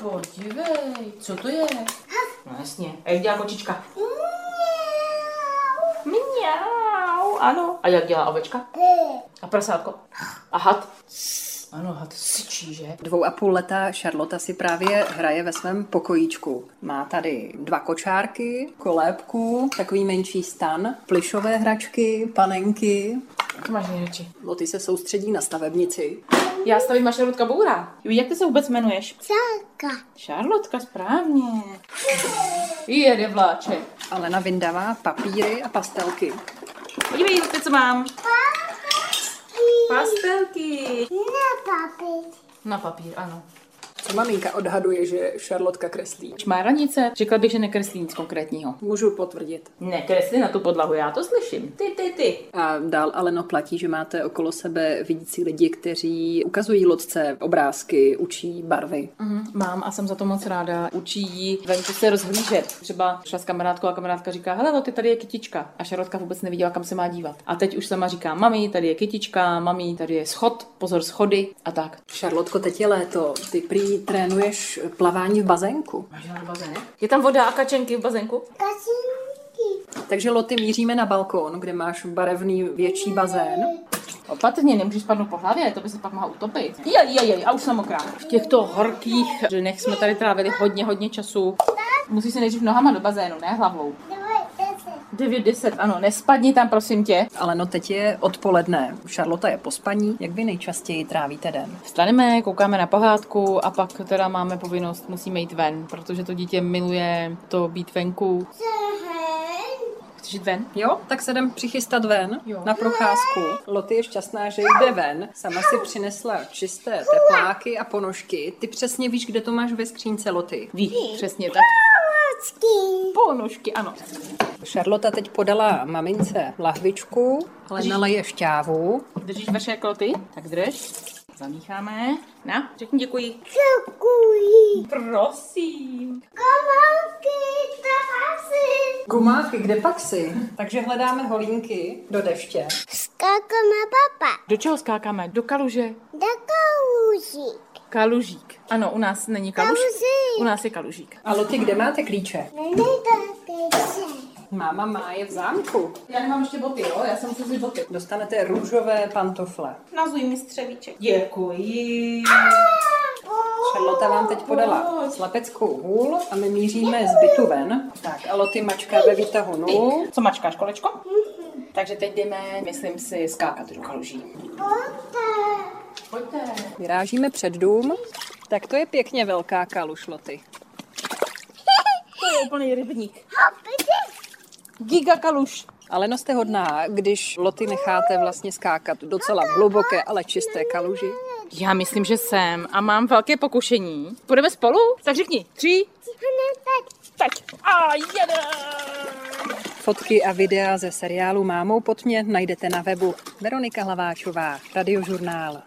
Podívej, co to je? No jasně. A jak dělá kočička? Mňau. Ano. A jak dělá ovečka? A prasátko? A had? Ano, had syčí, že? 2,5letá Charlotte si právě hraje ve svém pokojíčku. Má tady 2 kočárky, kolébku, takový menší stan, plyšové hračky, panenky. Co máš nejradši? Loty se soustředí na stavebnici. Já stavím Šarlotka Boura. Jak ty se vůbec jmenuješ? Čárka. Šarlotka, správně. Jede vláček. Alena vyndává papíry a pastelky. Podívej, teď co mám. Pastelky. Na papír. Na papír, ano. Co maminka odhaduje, že Charlotka kreslí? Má ranice? Řekla bych, že nekreslí nic konkrétního. Můžu potvrdit. Nekreslí na tu podlahu, já to slyším. Ty. A dál Aleno platí, že máte okolo sebe vidící lidi, kteří ukazují Lotce obrázky, učí barvy. Mám a jsem za to moc ráda. Učí jí venku se rozhlížet. Třeba šla s kamarádkou a kamarádka říká, hele, Loty, tady je kytička. A Šarotka vůbec neviděla, kam se má dívat. A teď už sama říká, mami, tady je kytička, mami, tady je schod, pozor, schody a tak. Charlotko, teď je léto. Ty prý trénuješ plavání v bazénku. Máš na bazének? Je tam voda a kačenky v bazénku? Kačinky. Takže Loty míříme na balkón, kde máš barevný větší bazén. Opatrně, nemůžeš spadnout po hlavě, to by se pak mohla utopit. Jej, a už jsem mokrá. V těchto horkých dnech jsme tady trávili hodně času. Musíš si nejdřív nohama do bazénu, ne hlavou. 9:10, ano, nespadni tam, prosím tě. Ale no teď je odpoledne. Charlotte je po spaní. Jak vy nejčastěji trávíte den? Vstaneme, koukáme na pohádku a pak teda máme povinnost, musíme jít ven, protože to dítě miluje to být venku. Chceš jít ven? Jo, tak se jdem přichystat ven Jo. na procházku. Loty je šťastná, že jde ven. Sama si přinesla čisté tepláky a ponožky. Ty přesně víš, kde to máš ve skřínce, Loty. Ví, přesně tak. Ponožky, ano. Charlotte teď podala mamince lahvičku, ale naleje šťávu. Držíš vaše kloty? Tak drž. Zamícháme. Na, řekni děkuji. Děkuji. Prosím. Komálky, tahasy. Gumáky, kde pak si? Takže hledáme holínky do deště. Skákama papa. Do čeho skákáme? Do kaluže. Do kalužík. Kalužík. Ano, u nás není kaluž. Kalužík. U nás je kalužík. A Loty, kde máte klíče? Není to pěče. Máma má je v zámku. Já nemám ještě boty, jo? Já jsem musím vzít boty. Dostanete růžové pantofle. Nazuj mi střevíček. Děkuji. Charlotte vám teď podala slepeckou hůl a my míříme z bytu ven. Tak a Loty mačká ve výtahu nul. Co mačkáš, kolečko? Takže teď jdeme, myslím si, skákat do kaluží. Pojďte. Vyrážíme před dům. Tak to je pěkně velká kaluž, Loty. To je úplný rybník. Giga kaluž. Ale no jste hodná, když Loty necháte vlastně skákat docela v hluboké, ale čisté kaluži. Já myslím, že jsem a mám velké pokušení. Půjdeme spolu? Tak řekni. 3. Tak. A jedem. Fotky a videa ze seriálu Mámou pod mě najdete na webu Veronika Hlaváčová, Radiožurnál.